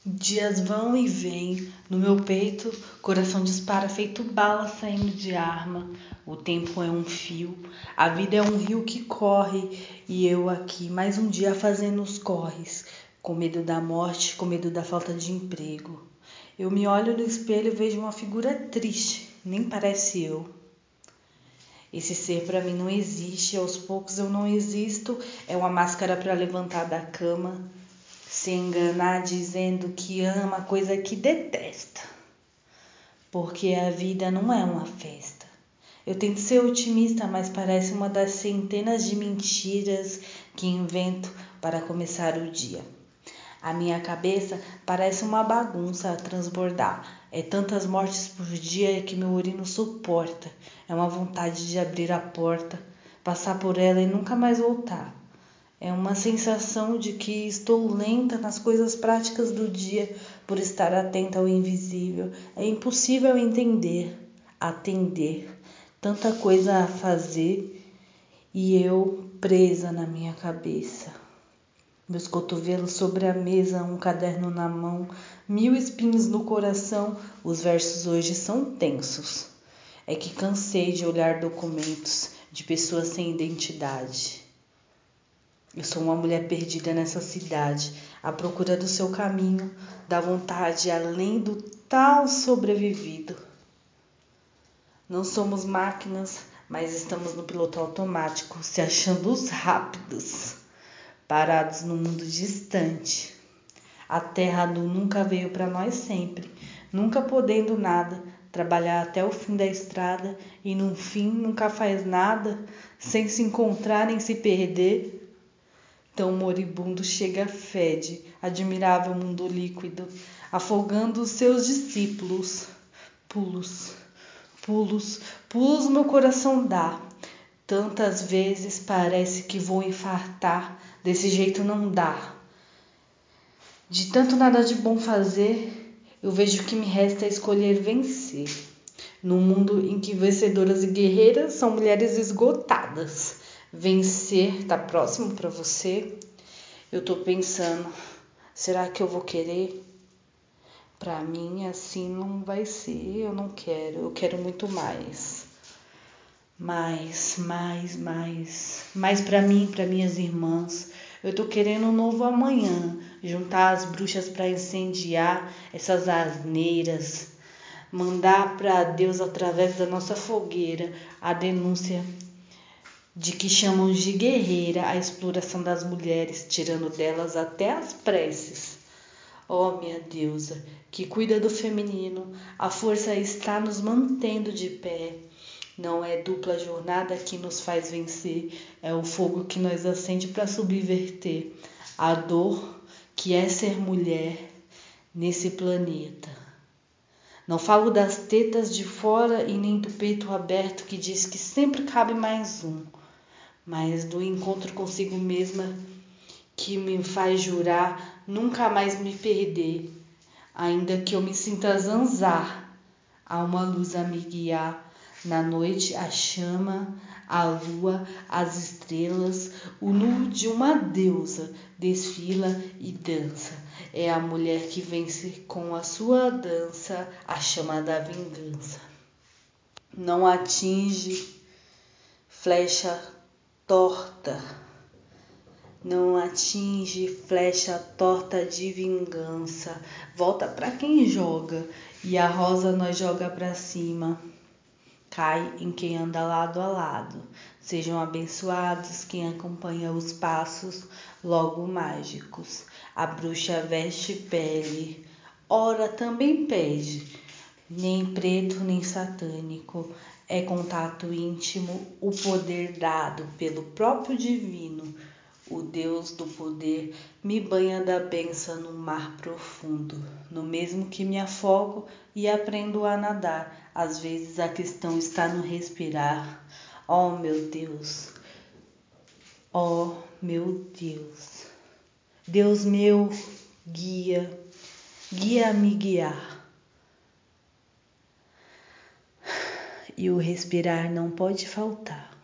Dias vão e vêm, no meu peito, coração dispara feito bala saindo de arma. O tempo é um fio, a vida é um rio que corre, e eu aqui mais um dia fazendo os corres, com medo da morte, com medo da falta de emprego. Eu me olho no espelho e vejo uma figura triste, nem parece eu. Esse ser pra mim não existe, aos poucos eu não existo, é uma máscara pra levantar da cama. Se enganar dizendo que ama coisa que detesta, porque a vida não é uma festa. Eu tento ser otimista, mas parece uma das centenas de mentiras que invento para começar o dia. A minha cabeça parece uma bagunça a transbordar. É tantas mortes por dia que meu urino suporta. É uma vontade de abrir a porta, passar por ela e nunca mais voltar. É uma sensação de que estou lenta nas coisas práticas do dia por estar atenta ao invisível. É impossível entender, atender, tanta coisa a fazer e eu presa na minha cabeça. Meus cotovelos sobre a mesa, um caderno na mão, 1000 espinhos no coração, os versos hoje são tensos. É que cansei de olhar documentos de pessoas sem identidade. Eu sou uma mulher perdida nessa cidade, à procura do seu caminho, da vontade além do tal sobrevivido. Não somos máquinas, mas estamos no piloto automático, se achando os rápidos, parados no mundo distante. A terra do nunca veio para nós sempre, nunca podendo nada, trabalhar até o fim da estrada e no fim nunca faz nada, sem se encontrar nem se perder. Tão moribundo chega fede, admirável mundo líquido, afogando os seus discípulos. Pulos, pulos, pulos meu coração dá. Tantas vezes parece que vou infartar, desse jeito não dá. De tanto nada de bom fazer, eu vejo que me resta escolher vencer. Num mundo em que vencedoras e guerreiras são mulheres esgotadas. Vencer tá próximo para você? Eu tô pensando, será que eu vou querer? Pra mim assim não vai ser, eu não quero, eu quero muito mais. Mais pra mim, pra minhas irmãs. Eu tô querendo um novo amanhã, juntar as bruxas pra incendiar essas asneiras, mandar pra Deus através da nossa fogueira a denúncia de que chamam de guerreira a exploração das mulheres, tirando delas até as preces. Ó minha deusa, que cuida do feminino, a força está nos mantendo de pé. Não é dupla jornada que nos faz vencer, é o fogo que nós acende para subverter a dor que é ser mulher nesse planeta. Não falo das tetas de fora e nem do peito aberto que diz que sempre cabe mais um, mas do encontro consigo mesma que me faz jurar nunca mais me perder, ainda que eu me sinta zanzar. Há uma luz a me guiar, na noite a chama, a lua, as estrelas, o nu de uma deusa desfila e dança. É a mulher que vence com a sua dança a chama da vingança. Não atinge flecha torta, não atinge flecha torta de vingança. Volta pra quem joga e a rosa nós joga pra cima. Cai em quem anda lado a lado. Sejam abençoados quem acompanha os passos logo mágicos. A bruxa veste pele, ora também pede. Nem preto nem satânico, é contato íntimo, o poder dado pelo próprio divino. O Deus do poder me banha da bênção no mar profundo, no mesmo que me afogo e aprendo a nadar. Às vezes a questão está no respirar. Oh meu Deus, oh meu Deus, Deus meu, guia-me guiar. E o respirar não pode faltar.